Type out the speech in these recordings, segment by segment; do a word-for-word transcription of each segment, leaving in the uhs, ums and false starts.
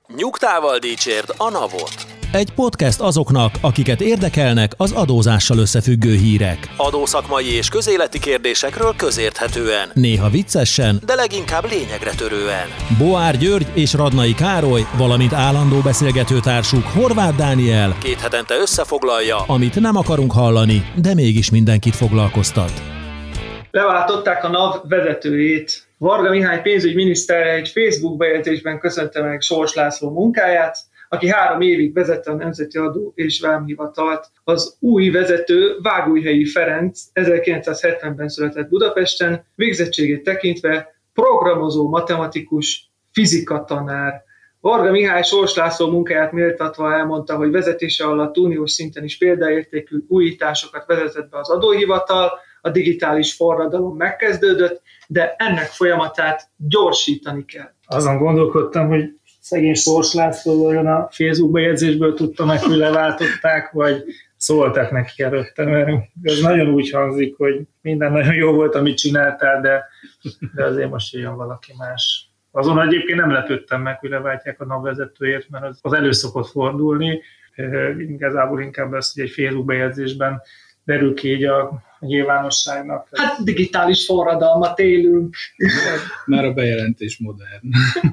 Nyugtával dicsérd a navot. Egy podcast azoknak, akiket érdekelnek az adózással összefüggő hírek. Adószakmai és közéleti kérdésekről közérthetően. Néha viccesen, de leginkább lényegre törően. Boár György és Radnai Károly, valamint állandó beszélgetőtársuk Horváth Dániel két hetente összefoglalja, amit nem akarunk hallani, de mégis mindenkit foglalkoztat. Leváltották a NAV vezetőjét. Varga Mihály pénzügyminiszter egy Facebook bejegyzésben köszönte meg Sors László munkáját, aki három évig vezette a Nemzeti Adó és Vámhivatalt. Az új vezető Vágújhelyi Ferenc ezerkilencszázhetvenben született Budapesten, végzettségét tekintve programozó matematikus, fizikatanár. Varga Mihály Sors László munkáját méltatva elmondta, hogy vezetése alatt uniós szinten is példaértékű újításokat vezetett be az adóhivatal, a digitális forradalom megkezdődött, de ennek folyamatát gyorsítani kell. Azon gondolkodtam, hogy szegény Sors László olyan a Facebook bejegyzésből tudta meg, hogy leváltották, vagy szóltak neki előtte, mert ez nagyon úgy hangzik, hogy minden nagyon jó volt, amit csináltál, de, de azért most jön valaki más. Azon egyébként nem lepődtem meg, hogy leváltják a NAV vezetőjét, mert az, az elő szokott fordulni. Igazából inkább az, hogy egy Facebook bejegyzésben derül ki így a nyilvánosságnak. Hát digitális forradalmat élünk. Már a bejelentés modern.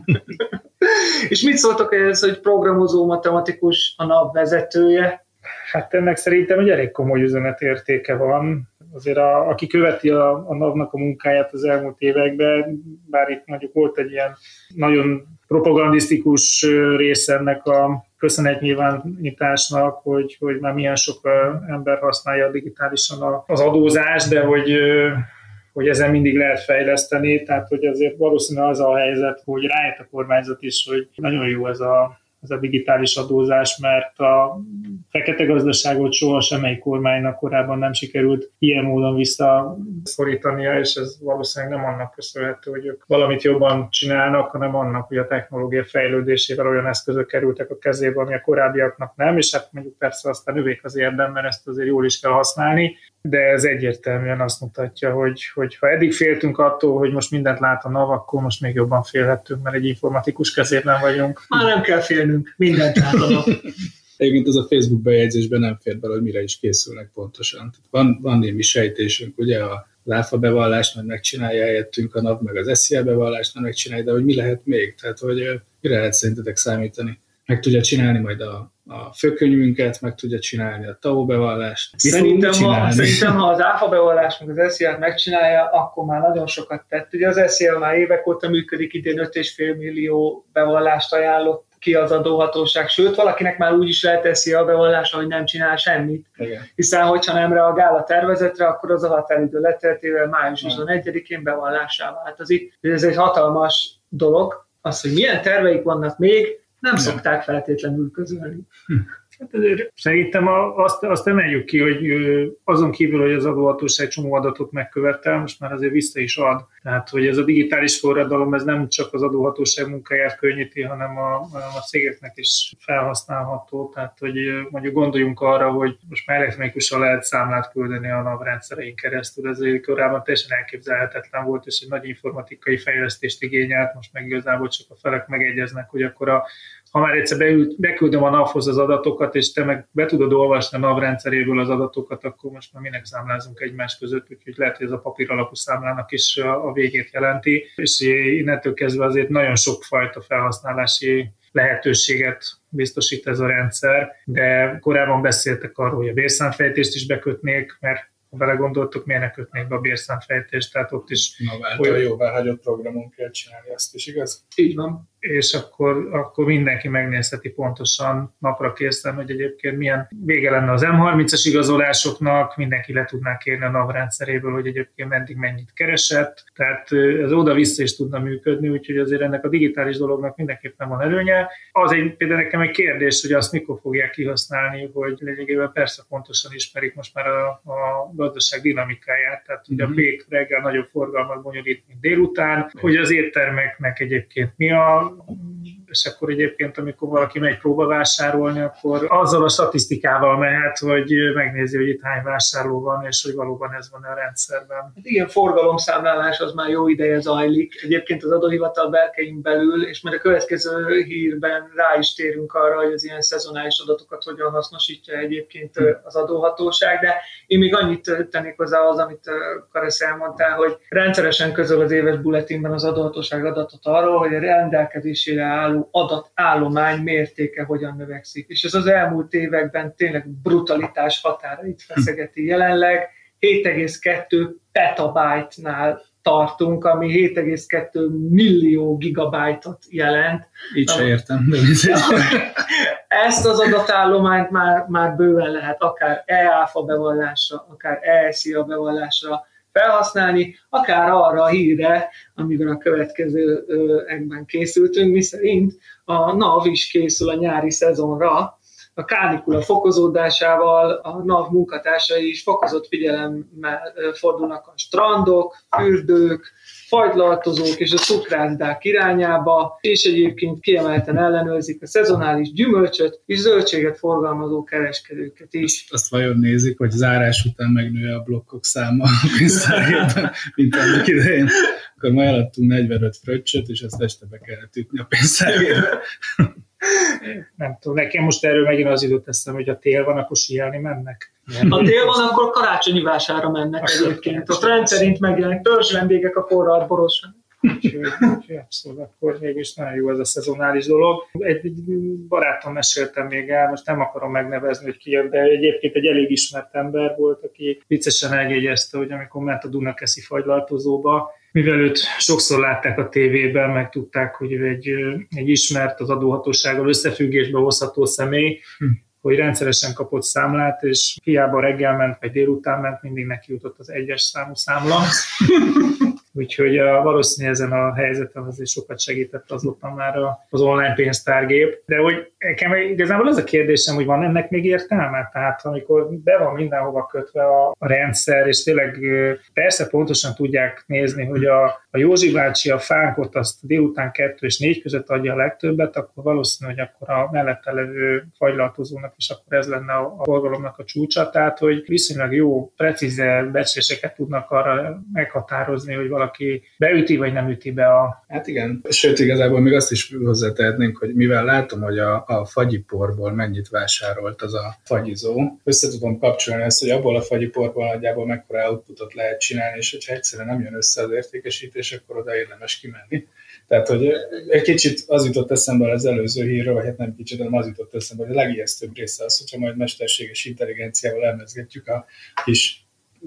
És mit szóltok ehhez, hogy programozó matematikus a NAV vezetője? Hát ennek szerintem egy elég komoly üzenetértéke van. Azért a, aki követi a, a NAV-nak a munkáját az elmúlt években, bár itt mondjuk volt egy ilyen nagyon propagandisztikus része ennek a köszönetnyilvánításnak, hogy, hogy már milyen sok ember használja digitálisan az adózást, de hogy, hogy ezen mindig lehet fejleszteni, tehát hogy azért valószínűleg az a helyzet, hogy rájött a kormányzat is, hogy nagyon jó ez a, ez a digitális adózás, mert a fekete gazdaságot soha semmelyik kormánynak korábban nem sikerült ilyen módon visszaszorítania, és ez valószínűleg nem annak köszönhető, hogy ők valamit jobban csinálnak, hanem annak, hogy a technológia fejlődésével olyan eszközök kerültek a kezébe, ami a korábbiaknak nem, és hát mondjuk persze aztán övék az érdem, mert ezt azért jól is kell használni, de ez egyértelműen azt mutatja, hogy, hogy ha eddig féltünk attól, hogy most mindent lát a NAV, akkor most még jobban félhettünk, mert egy informatikus kezében vagyunk. Már nem kell félnünk, mindent lát a NAV. Egyébként az a Facebook bejegyzésben nem fér bele, hogy mire is készülnek pontosan. Van, van némi sejtésünk, ugye a áfa bevallást majd megcsinálja helyettünk a NAV, meg az es zé i bevallást majd megcsinálja, de hogy mi lehet még? Tehát, hogy mire lehet szerintetek számítani? Meg tudja csinálni majd a, a főkönyvünket, meg tudja csinálni a té á o bevallást. Szerintem ha, szerintem, ha az áfa bevallást, meg az es zé i-t megcsinálja, akkor már nagyon sokat tett. Ugye az es zé i már évek óta működik, idén öt egész öt millió bevallást ajánlott ki az adóhatóság, sőt, valakinek már úgy is lehet es zé i bevallása, hogy nem csinál semmit. Igen. Hiszen, hogyha nem reagál a tervezetre, akkor az a határidő leteltével május huszonegyedikén bevallássá változik. Ez egy hatalmas dolog. Az, hogy milyen terveik vannak még, nem szokták feltétlenül közölni. Hm. Hát azért szerintem azt, azt emeljük ki, hogy azon kívül, hogy az adóhatóság csomó adatot megkövetel, most már azért vissza is ad. Tehát, hogy ez a digitális forradalom, ez nem csak az adóhatóság munkáját könnyíti, hanem a, a cégeknek is felhasználható. Tehát, hogy mondjuk gondoljunk arra, hogy most már elektronikusan lehet számlát küldeni a NAV rendszerein keresztül. Ez korábban teljesen elképzelhetetlen volt, és egy nagy informatikai fejlesztést igényelt. Most meg igazából csak a felek megegyeznek, hogy akkor a ha már egyszer beült, beküldöm a NAV-hoz az adatokat, és te meg be tudod olvasni a NAV rendszeréből az adatokat, akkor most már minek számlázunk egymás között, úgyhogy lehet, hogy ez a papír alapú számlának is a végét jelenti, és innentől kezdve azért nagyon sokfajta felhasználási lehetőséget biztosít ez a rendszer, de korábban beszéltek arról, hogy a bérszámfejtést is bekötnék, mert ha belegondoltok, miért ne kötnék be a bérszámfejtést, tehát ott is... Na, váltal jóvá hagyott programon kell csinálni azt is, igaz? Így van. És akkor, akkor mindenki megnézheti pontosan napra készen, hogy egyébként milyen vége lenne az em harmincas igazolásoknak, mindenki le tudná kérni a NAV rendszeréből, hogy egyébként meddig mennyit keresett, tehát ez oda-vissza is tudna működni, úgyhogy azért ennek a digitális dolognak mindenképpen van előnye. Az egy, például nekem egy kérdés, hogy azt mikor fogják kihasználni, hogy lényegében persze pontosan ismerik most már a, a gazdaság dinamikáját, tehát ugye a pék reggel nagyobb forgalmat bonyolít, mint délután, hogy az éttermeknek egyébként mi a és akkor egyébként, amikor valaki megy próbavásárolni, akkor azzal a statisztikával mehet, hogy megnézi, hogy itt hány vásárló van, és hogy valóban ez van a rendszerben. Hát igen, forgalomszámlálás az már jó ideje zajlik. Egyébként az adóhivatal berkein belül, és majd a következő hírben rá is térünk arra, hogy az ilyen szezonális adatokat hogyan hasznosítja egyébként az adóhatóság, de én még annyit tennék hozzá az, amit Karesz elmondtál, hogy rendszeresen közöl az éves bulletinben az adóhatóság adatot arról, hogy a rendelkezésére álló adatállomány mértéke hogyan növekszik. És ez az elmúlt években tényleg brutalitás határait feszegeti. Jelenleg hét egész kettő petabyte-nál tartunk, ami hét egész kettő millió gigabájtot jelent. Így se értem. De ezt az adatállományt már, már bőven lehet akár e-áfa bevallásra, akár e-SZIA bevallásra felhasználni, akár arra a hírre, amiben a következő ekben készültünk, miszerint a NAV is készül a nyári szezonra. A kánikula fokozódásával a NAV munkatársai is fokozott figyelemmel fordulnak a strandok, fürdők, fagylaltozók és a cukrászdák irányába, és egyébként kiemelten ellenőrzik a szezonális gyümölcsöt és zöldséget forgalmazó kereskedőket is. Azt, azt vajon nézik, hogy zárás után megnő a blokkok száma a pénztárgépben, mint annak idején. Akkor ma eladtunk negyvenöt fröccsöt, és azt este be kellett ütni a pénztárgépbe. Nem tudom, nekem most erről megint az jutott eszem, hogy a tél van, akkor síelni mennek. Ha tél van, akkor karácsonyi vásárra mennek egyébként. A trend szerint megjelenik törzs vendégek a forralt borosan. Abszolút, akkor mégis nagyon jó ez a szezonális dolog. Egy barátom meséltem még el, most nem akarom megnevezni, hogy ki, de egyébként egy elég ismert ember volt, aki viccesen eljegyezte, hogy amikor ment a Dunakeszi fagylaltozóba, mivel őt sokszor látták a tévében, meg tudták, hogy ő egy, egy ismert, az adóhatósággal összefüggésbe hozható személy, hm. hogy rendszeresen kapott számlát, és hiába reggel ment, vagy délután ment, mindig neki jutott az egyes számú számla. Úgyhogy a, valószínűleg ezen a helyzeten azért sokat segített azóta már az online pénztárgép. De hogy nekem igazából az a kérdésem, hogy van ennek még értelme? Tehát amikor be van mindenhova kötve a, a rendszer, és tényleg persze pontosan tudják nézni, hogy a, a Józsi bácsi a fánkot azt délután kettő és négy között adja a legtöbbet, akkor valószínű, hogy akkor a mellette levő fagylaltozónak is akkor ez lenne a, a forgalomnak a csúcsa. Tehát, hogy viszonylag jó, precíze becsléseket tudnak arra meghatározni, hogy valaki beüti, vagy nem üti be a... Hát igen, sőt igazából még azt is hozzátehetnénk, hogy mivel látom, hogy a, a fagyiporból mennyit vásárolt az a fagyizó, össze tudom kapcsolni ezt, hogy abból a fagyiporból nagyjából mekkora outputot lehet csinálni, és hogyha egyszerűen nem jön össze az értékesítés, akkor oda érdemes kimenni. Tehát, hogy egy kicsit az jutott eszembe az előző hírről, vagy hát nem kicsit, hanem az jutott eszembe, hogy a legijesztőbb része az, hogyha majd mesterséges intelligenciával elmezgetjük a kis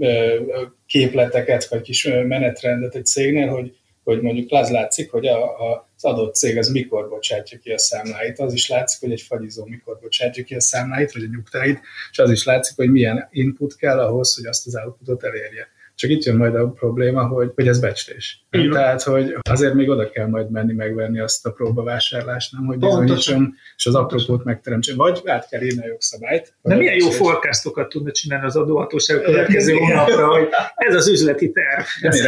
képleteket, vagy kis menetrendet egy cégnél, hogy, hogy mondjuk az látszik, hogy a, a, az adott cég az mikor bocsátja ki a számláit, az is látszik, hogy egy fagyizó mikor bocsátja ki a számláit, vagy a nyugtáit, és az is látszik, hogy milyen input kell ahhoz, hogy azt az outputot elérje. Csak itt jön majd a probléma, hogy, hogy ez becslés. Tehát, hogy azért még oda kell majd menni megvenni azt a próbavásárlást, nem, hogy bizonyítson, és az apropót megteremtsen. Vagy át kell írni a jogszabályt. De milyen jó forecastokat tudna csinálni az adóhatóság a következő hónapra, hogy ez az üzleti terv.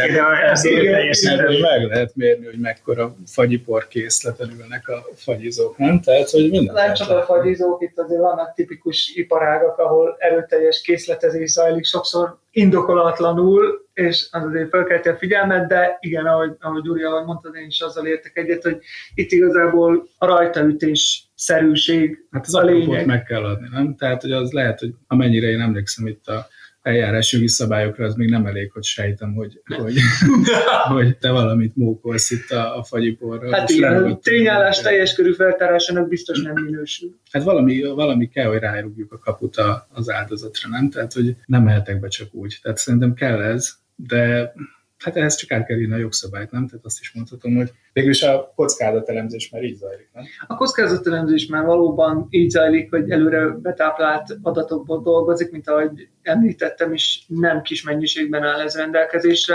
Meg lehet mérni, hogy mekkora fagyipor készleten ülnek a fagyizók, nem? Tehát, hogy minden. Nem csak a fagyizók, itt azért vannak tipikus iparágak, ahol erőteljes készletezés zajlik, sokszor indokolatlanul, és az azért felkelti a figyelmet, de igen, ahogy, ahogy Gyuri, ahogy mondtad, én is azzal értek egyet, hogy itt igazából a rajtaütés szerűség hát az a lényeg. meg kell adni, nem? Tehát, hogy az lehet, hogy amennyire én emlékszem itt a eljárásjogi szabályokra, az még nem elég, hogy sejtem, hogy, hogy, hogy te valamit mókolsz itt a, a fagyiporral. Hát igen, a tényállás teljes körű feltárásának biztos nem minősül. Hát valami, valami kell, hogy rárúgjuk a kaput az áldozatra, nem? Tehát, hogy nem mehetek be csak úgy. Tehát szerintem kell ez, de hát ehhez csak át kell írni a jogszabályt, nem? Tehát azt is mondhatom, hogy végülis a kockázatelemzés már így zajlik, nem? A kockázatelemzés már valóban így zajlik, hogy előre betáplált adatokból dolgozik, mint ahogy említettem is, nem kis mennyiségben áll ez rendelkezésre,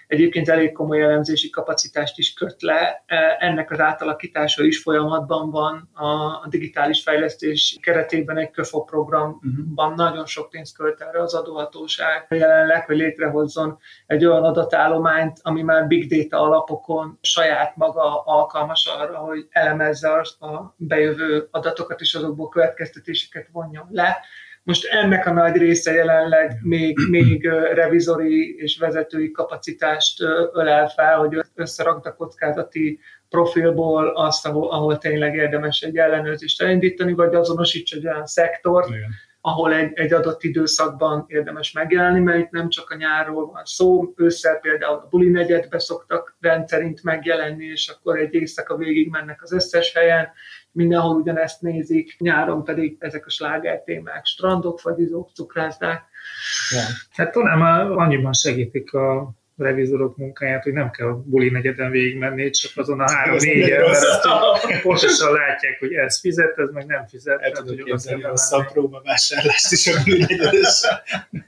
egyébként elég komoly elemzési kapacitást is köt le. Ennek az átalakítása is folyamatban van a digitális fejlesztés keretében, egy KÖFO programban nagyon sok pénzt költ erre az adóhatóság jelenleg, hogy létrehozzon egy olyan adatállományt, ami már big data alapokon saját maga alkalmas arra, hogy elemezze a bejövő adatokat és azokból következtetéseket vonjon le. Most ennek a nagy része jelenleg még, még revizori és vezetői kapacitást ölel fel, hogy összerakd a kockázati profilból azt, ahol, ahol tényleg érdemes egy ellenőrzést elindítani, vagy azonosíts egy olyan szektort, igen, ahol egy, egy adott időszakban érdemes megjelenni, mert itt nem csak a nyárról van szó, ősszel például a buli negyedbe szoktak rendszerint megjelenni, és akkor egy éjszaka végig mennek az összes helyen, mindenhol ugyanezt nézik, nyáron pedig ezek a sláger témák, strandok, fagyizók, cukrászdák. Ja. Hát talán már annyiban segítik a revizorok munkáját, hogy nem kell a buli negyeden végigmenni, csak azon a három-négyen, mert azt pontosan látják, hogy ez fizet, ez meg nem fizet. El tudok képzelni a szappróba vásárlást is a buli negyedesen.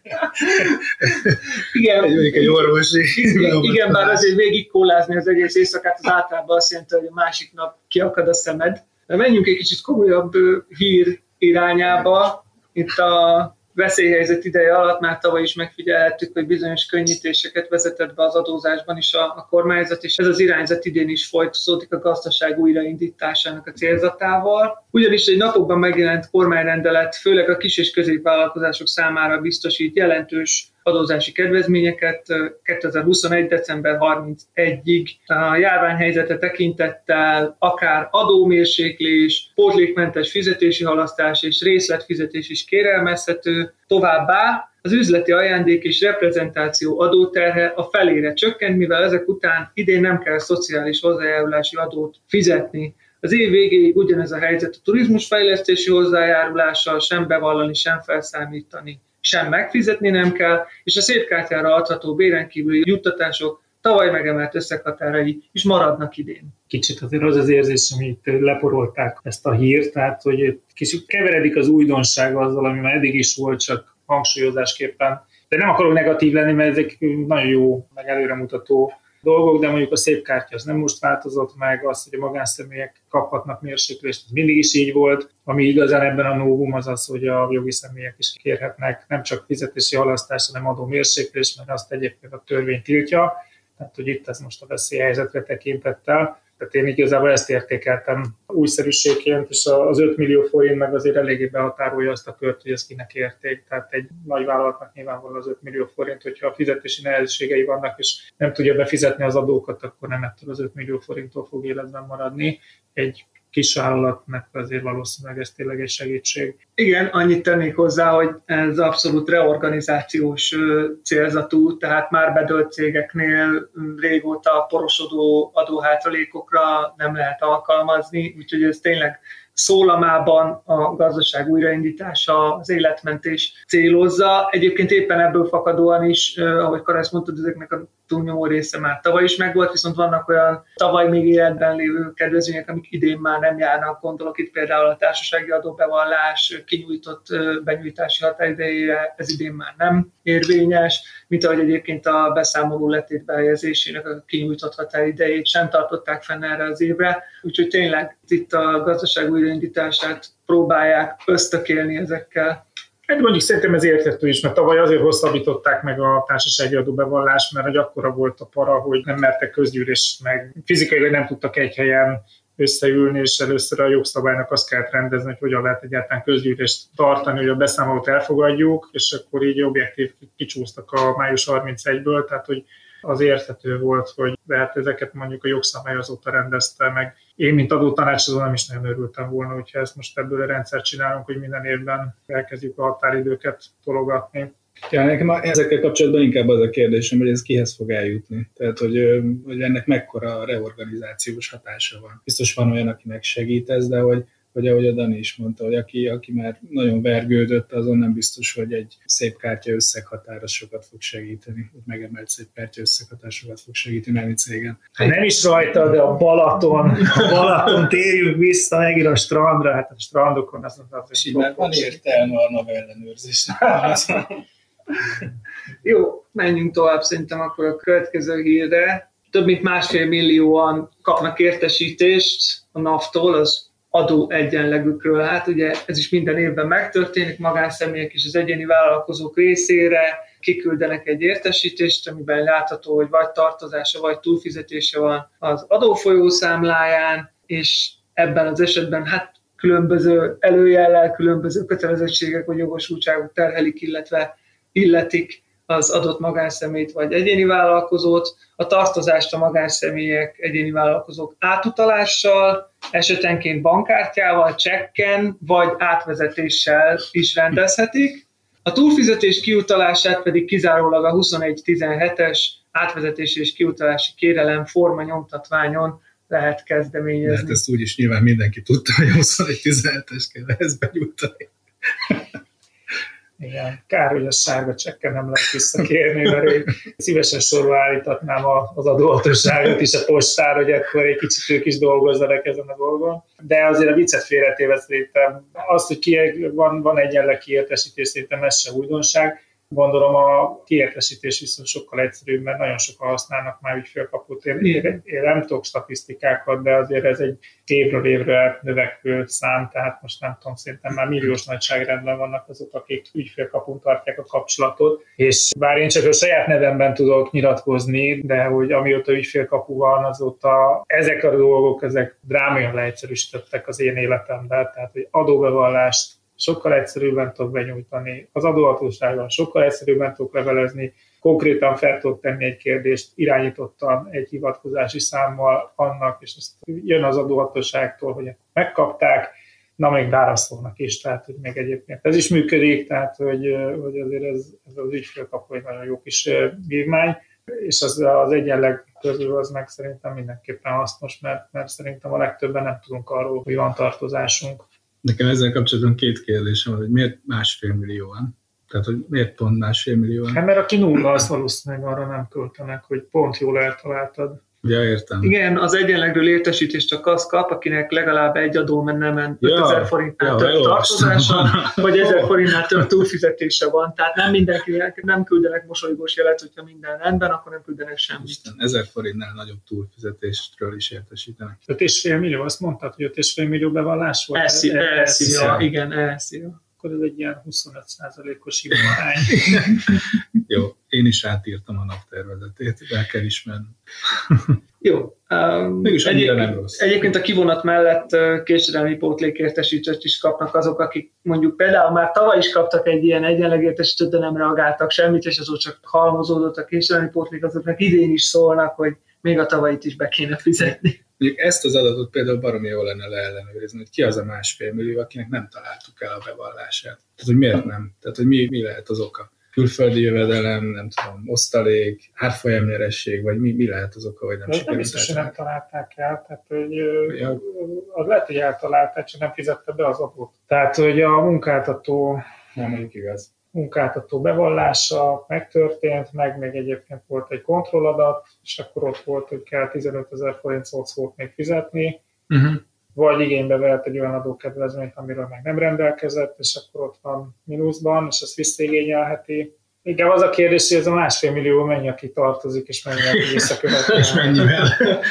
Igen, egy, egy orvosi. Igen, bár azért végigkólázni az egész éjszakát, az általában azt jelenti, hogy a másik nap kiakad a szemed. De menjünk egy kicsit komolyabb hír irányába. Itt a veszélyhelyzet ideje alatt már tavaly is megfigyelhettük, hogy bizonyos könnyítéseket vezetett be az adózásban is a, a kormányzat, és ez az irányzat idén is folytatódik a gazdaság újraindításának a célzatával. Ugyanis egy napokban megjelent kormányrendelet főleg a kis- és középvállalkozások számára biztosít jelentős adózási kedvezményeket kétezer-huszonegy. december harmincegyedikéig. A járványhelyzete tekintettel akár adómérséklés, pótlékmentes fizetési halasztás és részletfizetés is kérelmezhető. Továbbá az üzleti ajándék és reprezentáció adóterhe a felére csökkent, mivel ezek után idén nem kell szociális hozzájárulási adót fizetni. Az év végéig ugyanez a helyzet a turizmusfejlesztési hozzájárulással, sem bevallani, sem felszámítani, sem megfizetni nem kell, és a szépkártyára adható béren kívüli juttatások tavaly megemelt összeghatárai is maradnak idén. Kicsit azért az az érzés, amit leporolták ezt a hírt, tehát hogy kicsit keveredik az újdonság azzal, ami már eddig is volt, csak hangsúlyozásképpen. De nem akarok negatív lenni, mert ezek nagyon jó, meg előremutató dolgok, de mondjuk a szép kártya az nem most változott meg, az, hogy a magánszemélyek kaphatnak mérséklést, ez mindig is így volt. Ami igazán ebben a novum az az, hogy a jogi személyek is kérhetnek nem csak fizetési halasztást, hanem adó mérséklést, mert azt egyébként a törvény tiltja. Tehát, hogy itt ez most a veszélyhelyzetre tekintettel. Tehát én igazából ezt értékeltem újszerűségként, és az öt millió forint meg azért eléggé behatárolja azt a kört, hogy ez kinek érték. Tehát egy nagy vállalatnak nyilvánvalóan az öt millió forint, hogyha a fizetési nehézségei vannak, és nem tudja befizetni az adókat, akkor nem ettől az öt millió forinttól fog életben maradni. Egy kis vállalatnak azért valószínűleg ez tényleg egy segítség. Igen, annyit tennék hozzá, hogy ez abszolút reorganizációs célzatú, tehát már bedölt cégeknél régóta porosodó adóhátralékokra nem lehet alkalmazni, úgyhogy ez tényleg szólamában a gazdaság újraindítása, az életmentés célozza. Egyébként éppen ebből fakadóan is, ahogy Karász mondtad, ezeknek a túlnyomó része már tavaly is megvolt, viszont vannak olyan tavaly még életben lévő kedvezmények, amik idén már nem járnak. Gondolok itt például a társasági adóbevallás kinyújtott benyújtási határidejére, ez idén már nem érvényes, mint ahogy egyébként a beszámoló letétbe helyezésének a kinyújtott határidejét sem tartották fenn erre az évre. Úgyhogy tényleg itt a gazdaság újraindítását próbálják ösztökélni ezekkel. Hát mondjuk szerintem ez érthető is, mert tavaly azért hosszabbították meg a társasági adóbevallást, mert hogy akkora volt a para, hogy nem mertek közgyűlést meg. Fizikailag nem tudtak egy helyen összeülni, és először a jogszabálynak azt kellett rendezni, hogy hogyan lehet egyáltalán közgyűlést tartani, hogy a beszámolót elfogadjuk, és akkor így objektív kicsúsztak a május harmincegyedikétől, tehát hogy az érthető volt, hogy de hát ezeket mondjuk a jogszabály azóta rendezte meg. Én, mint adótanácsadó nem is nagyon örültem volna, hogyha ezt most ebből a rendszert csinálunk, hogy minden évben elkezdjük a határidőket tologatni. Ja, nekem ezekkel kapcsolatban inkább az a kérdésem, hogy ez kihez fog eljutni. Tehát, hogy, hogy ennek mekkora reorganizációs hatása van. Biztos van olyan, akinek segít ez, de hogy, hogy ahogy a Dani is mondta, hogy aki, aki már nagyon vergődött, azon nem biztos, hogy egy szép kártya összeghatár sokat fog segíteni, hogy megemelt szép kártya összeghatár sokat fog segíteni egy cégen. Hát nem is rajta, de a Balaton, a Balaton térjünk vissza megint a strandra, hát a strandokon az az És így már van értelme a NAV ellenőrzés. Jó, Menjünk tovább szerintem akkor a következő hírre. Több mint másfél millióan kapnak értesítést a NAV-tól az adó egyenlegükről. Hát ugye ez is minden évben megtörténik, magánszemélyek és az egyéni vállalkozók részére kiküldenek egy értesítést, amiben látható, hogy vagy tartozása, vagy túlfizetése van az adófolyószámláján, és ebben az esetben hát különböző előjellel, különböző kötelezettségek vagy jogosultságok terhelik, illetve illetik az adott magánszemélyt vagy egyéni vállalkozót. A tartozást a magánszemélyek, egyéni vállalkozók átutalással, esetenként bankkártyával, csekken vagy átvezetéssel is rendezhetik. A túlfizetés kiutalását pedig kizárólag a huszonegy tizenhetes átvezetési és kiutalási kérelem forma nyomtatványon lehet kezdeményezni. Hát ezt úgyis nyilván mindenki tudta, hogy a huszonegy tizenhetes kell ehhez benyújtani. Igen, kár, hogy a sárga csekken nem lehet visszakérni, mert én szívesen sorba állítatnám az adóhatóságot is a postára, hogy akkor egy kicsit ők is dolgozzanak ezen a dolgon. De azért a viccet félretéve szerintem azt, hogy ki van, van egyenleg kiértesítés, szerintem ez se újdonság. Gondolom a kiértesítés viszont sokkal egyszerűbb, mert nagyon sokan használnak már ügyfélkaput. Én, én, én nem tudok statisztikákat, de azért ez egy évről évre növekvő szám, tehát most nem tudom, szerintem már milliós nagyságrendben vannak azok, akik ügyfélkapun tartják a kapcsolatot. És bár én csak a saját nevemben tudok nyilatkozni, de hogy amióta ügyfélkapu van, azóta ezek a dolgok, ezek drámaian leegyszerűsítettek az én életemben, tehát hogy adóbevallást sokkal egyszerűbben tudok benyújtani, az adóhatóságban sokkal egyszerűbben tudok levelezni, konkrétan fel tudok tenni egy kérdést irányítottan egy hivatkozási számmal annak, és azt jön az adóhatóságtól, hogy megkapták, na még válaszolnak is, tehát hogy még egyébként ez is működik, tehát hogy, hogy azért ez, ez az ügyfélkapu egy nagyon jó kis vívmány, és az, az egyenleg közül az meg szerintem mindenképpen hasznos, mert, mert szerintem a legtöbben nem tudunk arról, hogy van tartozásunk. Nekem ezzel kapcsolatban két kérdésem van, hogy miért másfél millióan? Tehát, hogy miért pont másfél millióan? Hát mert aki nulla, az valószínűleg arra nem költenek, hogy pont jól eltaláltad. Ja, értem. Igen, az egyenlegről értesítést csak az kap, akinek legalább egy adómennemen ötezer forintnál ja, több tartozása, vagy ezer forintnál több túlfizetése van. Tehát nem mindenkinek, nem küldenek mosolygós jelet, hogyha minden rendben, akkor nem küldenek semmit. Isten, ezer forintnál nagyobb túlfizetésről is értesítenek. öt és fél millió, azt mondtad, hogy öt és fél millió bevallás volt? Elszia, igen, elszia. Akkor ez egy ilyen huszonöt százalékos hibarány. Jó, én is átírtam a naptervezetét, el kell ismerni. Jó. Um, egyébként, egyébként a kivonat mellett késedelmi pótlékértesítést is kapnak azok, akik mondjuk például már tavaly is kaptak egy ilyen egyenlegértesítőt, de nem reagáltak semmit, és azok csak halmozódott a késedelmi pótlék, azoknak idén is szólnak, hogy még a tavalyit is be kéne fizetni. Mondjuk ezt az adatot például baromi jól lenne leellenőrizni, hogy ki az a másfél millió, akinek nem találtuk el a bevallását. Tehát, hogy miért nem? Tehát, hogy mi, mi lehet az oka? Külföldi jövedelem, nem tudom, osztalék, árfolyamnyeresség, vagy mi, mi lehet az oka, hogy nem sikerült? Nem biztos, hogy nem találták el, tehát hogy ja. Az lehet, hogy eltalálták, csak nem fizette be az adót. Tehát, hogy a munkáltató, nem mondjuk igaz. munkáltató bevallása megtörtént, meg még egyébként volt egy kontrolladat, és akkor ott volt, hogy kell tizenötezer forint szót még fizetni, uh-huh. vagy igénybe vehet egy olyan adókedvezményt, amiről meg nem rendelkezett, és akkor ott van mínuszban, és ezt visszaigényelheti. Igen, az a kérdés, hogy ez a másfél millió mennyi, aki tartozik, és mennyi, aki visszakövetni. És mennyivel?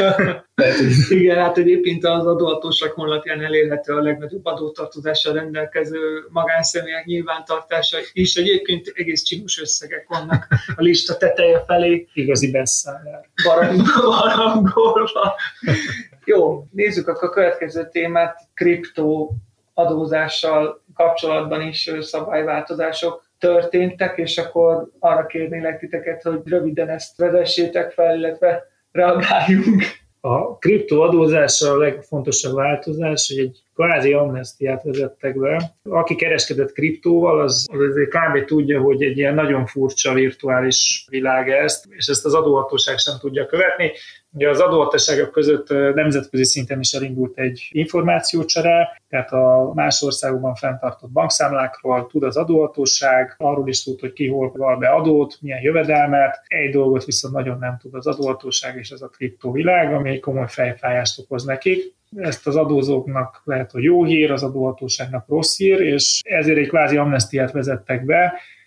Igen, hát egyébként az adóhatóság honlapján elérhető a legnagyobb adótartozással rendelkező magánszemélyek nyilvántartása is. Egyébként egész csinos összegek vannak a lista teteje felé. Igazi bestseller. Barangolva. Jó, nézzük akkor a következő témát. Kriptó adózással kapcsolatban is szabályváltozások történtek, és akkor arra kérnélek titeket, hogy röviden ezt vezessétek fel, illetve reagáljunk. A kriptoadózással a legfontosabb változás, hogy egy kvázi amnesztiát vezettek be. Aki kereskedett kriptóval, az, az azért kb. Tudja, hogy egy ilyen nagyon furcsa virtuális világ ezt, és ezt az adóhatóság sem tudja követni. Ugye az adóhatóságok között nemzetközi szinten is elindult egy információcsere, tehát a más országokban fenntartott bankszámlákról tud az adóhatóság, arról is tud, hogy ki hol val be adót, milyen jövedelmet. Egy dolgot viszont nagyon nem tud az adóhatóság, és ez a kriptovilág, ami komoly fejfájást okoz nekik. Ezt az adózóknak lehet, hogy jó hír, az adóhatóságnak rossz hír, és ezért egy kvázi amnesztiát vezettek be,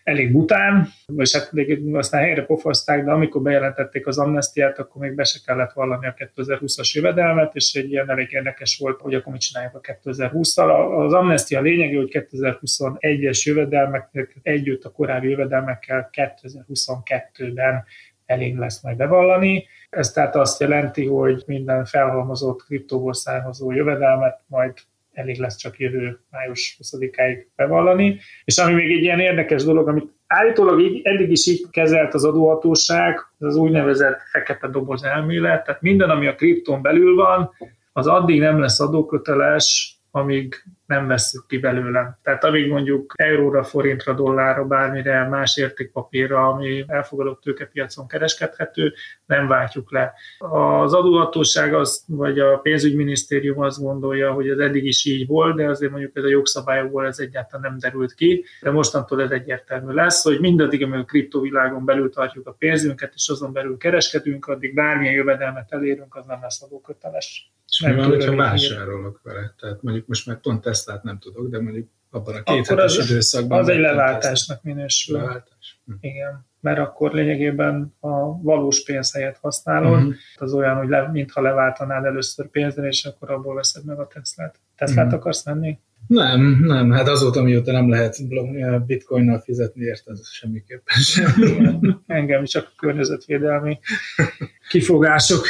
elég bután, vagy hát aztán helyre pofozták, de amikor bejelentették az amnesztiát, akkor még be se kellett vallani a kétezer-húszas jövedelmet, és egy ilyen elég érdekes volt, hogy akkor mit csinálják a kétezer-hússzal. Az amnesztia lényege, hogy kétezer-huszonegyes jövedelmeknek együtt a korábbi jövedelmekkel kétezer-huszonkettőben elég lesz majd bevallani. Ez tehát azt jelenti, hogy minden felhalmozott kriptóból származó jövedelmet majd elég lesz csak jövő május huszadikáig bevallani. És ami még egy ilyen érdekes dolog, amit állítólag így, eddig is így kezelt az adóhatóság, ez az úgynevezett fekete doboz elmélet, tehát minden, ami a kriptón belül van, az addig nem lesz adóköteles, amíg nem vesszük ki belőle. Tehát amíg mondjuk euróra, forintra, dollárra, bármire, más értékpapírra, ami elfogadott tőkepiacon kereskedhető, nem váltjuk le. Az adóhatóság az, vagy a pénzügyminisztérium azt gondolja, hogy ez eddig is így volt, de azért mondjuk ez a jogszabályokból ez egyáltalán nem derült ki. De mostantól ez egyértelmű lesz, hogy mindaddig, amíg a kriptovilágon belül tartjuk a pénzünket, és azon belül kereskedünk, addig bármilyen jövedelmet elérünk, az nem lesz adóköteles. És mi van, hogyha vásárolok vele? Tehát mondjuk most már pont Teslát nem tudok, de mondjuk abban a két hetes időszakban... Az egy leváltásnak minősül. Leváltás? Hm. Igen, mert akkor lényegében a valós pénz helyett használod. Uh-huh. Az olyan, hogy le, mintha leváltanád először pénzen, és akkor abból veszed meg a Teslát. Teslát uh-huh. akarsz venni? Nem, nem. Hát azóta, mióta nem lehet bitcoinnal fizetni, érted, ez semmiképpen sem. Engem csak a környezetvédelmi kifogások.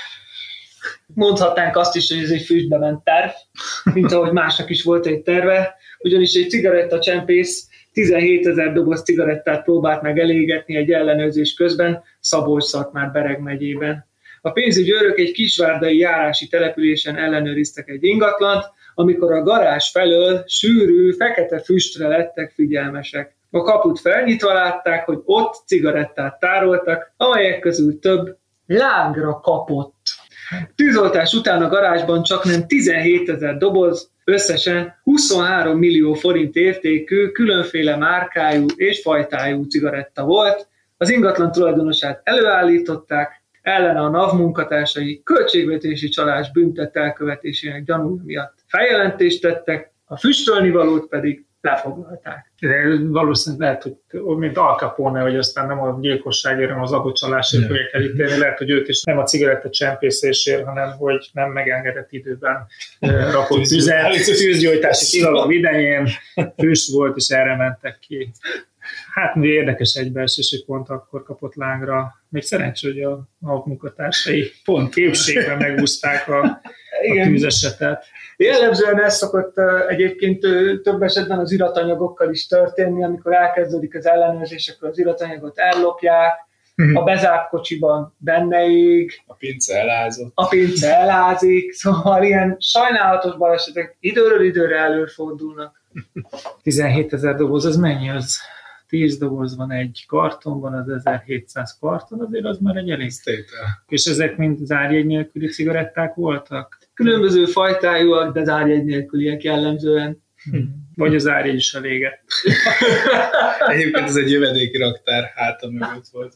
Mondhatnánk azt is, hogy ez egy füstbe ment terv, mint ahogy másnak is volt egy terve, ugyanis egy cigarettacsempész tizenhétezer doboz cigarettát próbált meg elégetni egy ellenőrzés közben Szabolcs-Szatmár-Bereg megyében. A pénzügyőrök egy kisvárdai járási településen ellenőriztek egy ingatlant, amikor a garázs felől sűrű, fekete füstre lettek figyelmesek. A kaput felnyitva látták, hogy ott cigarettát tároltak, amelyek közül több lángra kapott. Tűzoltás után a garázsban csaknem tizenhétezer doboz, összesen huszonhárom millió forint értékű, különféle márkájú és fajtájú cigaretta volt. Az ingatlan tulajdonosát előállították, ellene a NAV munkatársai költségvetési csalás büntet elkövetésének gyanúja miatt feljelentést tettek, a füstölnivalót pedig lefoglalták. De valószínűleg lehet, hogy mint Al Capone, hogy aztán nem a gyilkosságért, hanem az adócsalásért fogják elítélni, lehet, hogy őt is nem a cigaretta csempészésért, hanem hogy nem megengedett időben rakott tüzet, tűzgyújtási tilalom idején füst volt, és erre mentek ki. Hát érdekes egybeesés, hogy pont akkor kapott lángra. Még szerencsé, hogy a, a munkatársai pont képségben megúszták a, a tűzesetet. Jellemzően ez szokott egyébként több esetben az iratanyagokkal is történni, amikor elkezdődik az ellenőrzés, akkor az iratanyagot ellopják, a bezárt kocsiban benne ég, a pince elázott. A pince elázik, szóval ilyen sajnálatos balesetek időről időre előfordulnak. tizenhétezer doboz, az mennyi az? tíz doboz van egy kartonban, az ezerhétszáz karton, azért az már egy elég tétel. És ezek mind zárjegy nélküli cigaretták voltak? Különböző fajtájúak, de zárjegy nélküliek jellemzően. Hmm. Vagy az árjegy is a vége. Egyébként ez egy jövedéki raktár háta mögött volt.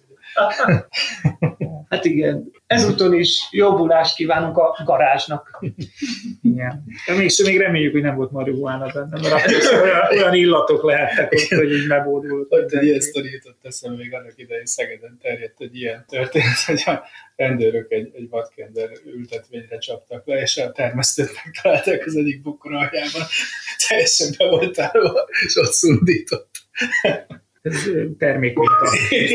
Hát igen, ezúton is jobbulást kívánunk a garázsnak. Igen. De mégsem még reméljük, hogy nem volt marihuána benne, mert olyan, olyan illatok lehettek ott, hogy így megbódult. Hogy egy ilyen sztori jutott eszembe, még annak idején Szegeden terjedt egy ilyen történet, hogy a rendőrök egy, egy vadkender ültetvényre csaptak le, és a termesztőt megtalálták az egyik bukor aljában, teljesen be volt állva, és ott szundított. Ez termékminta.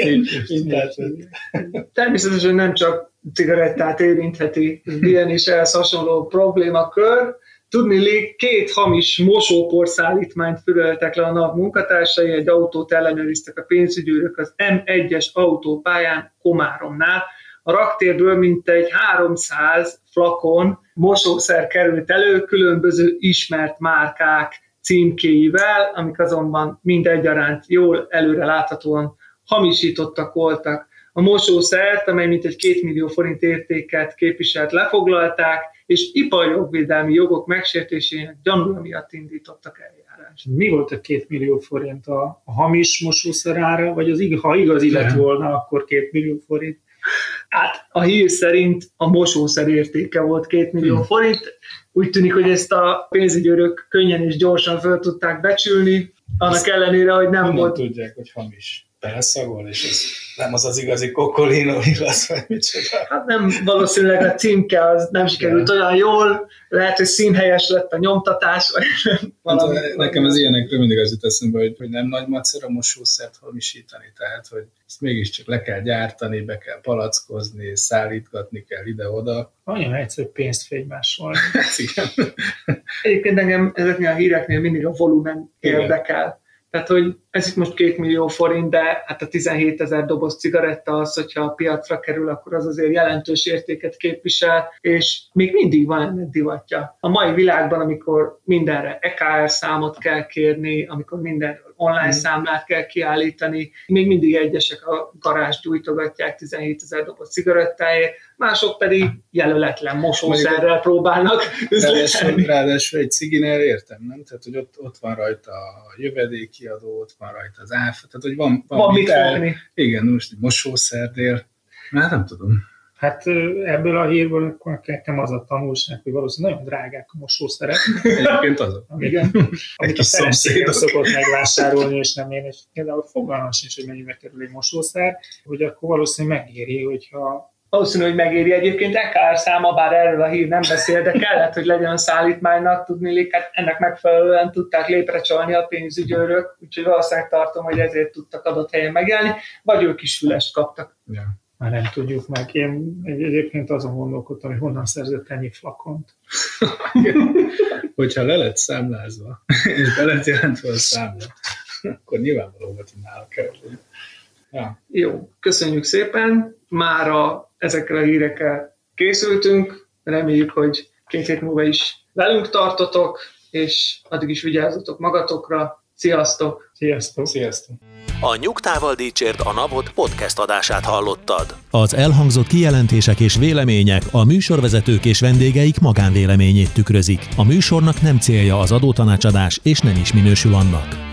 Természetesen nem csak cigarettát érintheti ilyen és ehhez hasonló problémakör. Tudniillik, két hamis mosópor szállítmányt füröltek le a NAV munkatársai, egy autót ellenőriztek a pénzügyőrök az em egyes autópályán Komáromnál. A raktérből mintegy háromszáz flakon mosószer került elő, különböző ismert márkák címkéivel, amik azonban mindegyaránt jól előre láthatóan hamisítottak voltak. A mosószert, amely mintegy két millió forint értéket képviselt, lefoglalták, és iparjogvédelmi jogok megsértésének gyanúja miatt indítottak eljárást. Mi volt a két millió forint a, a hamis mosószer ára, vagy az, ha igazi lett volna, akkor két millió forint? Hát a hír szerint a mosószer értéke volt két millió hmm. forint. Úgy tűnik, hogy ezt a pénzügyőrök könnyen és gyorsan fel tudták becsülni. Annak ellenére, hogy nem volt... tudják, hogy hamis beleszagol, és ez nem az az igazi kokolino, igaz, vagy micsoda. Hát nem, valószínűleg a címke az nem sikerült olyan jól, lehet, hogy színhelyes lett a nyomtatás, vagy valami. Hát, nekem az ilyenekről mindig az jut eszembe, hogy, hogy nem nagy macera a mosószert hamisítani, tehát, hogy ezt mégiscsak le kell gyártani, be kell palackozni, szállítgatni kell ide-oda. Nagyon egyszerű pénzt fénymásolni. Hát igen. Egyébként engem ezeknél a híreknél mindig a volumen érdekel. Tehát, hogy ez itt most két millió forint, de hát a tizenhétezer doboz cigaretta az, hogyha a piacra kerül, akkor az azért jelentős értéket képvisel, és még mindig van ennek divatja. A mai világban, amikor mindenre E K R számot kell kérni, amikor mindenről online mm. számlát kell kiállítani, még mindig egyesek a garázs gyújtogatják tizenhétezer doboz cigarettáért, mások pedig jelöletlen mosószerrel próbálnak üzletelni. Ráadásul egy ciginél értem, nem? Tehát, hogy ott, ott van rajta a jövedékkiadó, ott van rajta az áfa, tehát, hogy van, van, van mit fogni. Igen, most egy mosószernél, már nem tudom. Hát ebből a hírből akkor nekem az a tanulság, hogy valószínűleg nagyon drágák a mosószerek. Egyébként azok. Igen. Amit a feleségem szokott megvásárolni, és nem én, és például fogalmam sincs, hogy mennyibe kerül egy mosószer, hogy akkor valószínűleg megéri, hogyha Valószínű, hogy megéri. Egyébként E K R száma, bár erről a hír nem beszél, de kellett, hogy legyen a szállítmánynak, tudni, hát ennek megfelelően tudták léprecsalni a pénzügyőrök, úgyhogy valószínűleg tartom, hogy ezért tudtak adott helyen megjelenni, vagy ők is fülest kaptak. Ja. Már nem tudjuk meg. Én egyébként azon gondolkodtam, hogy honnan szerzett ennyi flakont. Hogyha le lett számlázva, és be lett jelentve a számla, akkor nyilvánvaló volt, hogy nála kerül. Ja. Jó, köszönjük szépen. Mára ezekkel a hírekkel készültünk. Reméljük, hogy két hét múlva is velünk tartotok, és addig is vigyázzatok magatokra. Sziasztok! Sziasztok! Sziasztok! A Nyugtával Dicsért a Napot podcast adását hallottad. Az elhangzott kijelentések és vélemények a műsorvezetők és vendégeik magánvéleményét tükrözik. A műsornak nem célja az adótanácsadás, és nem is minősül annak.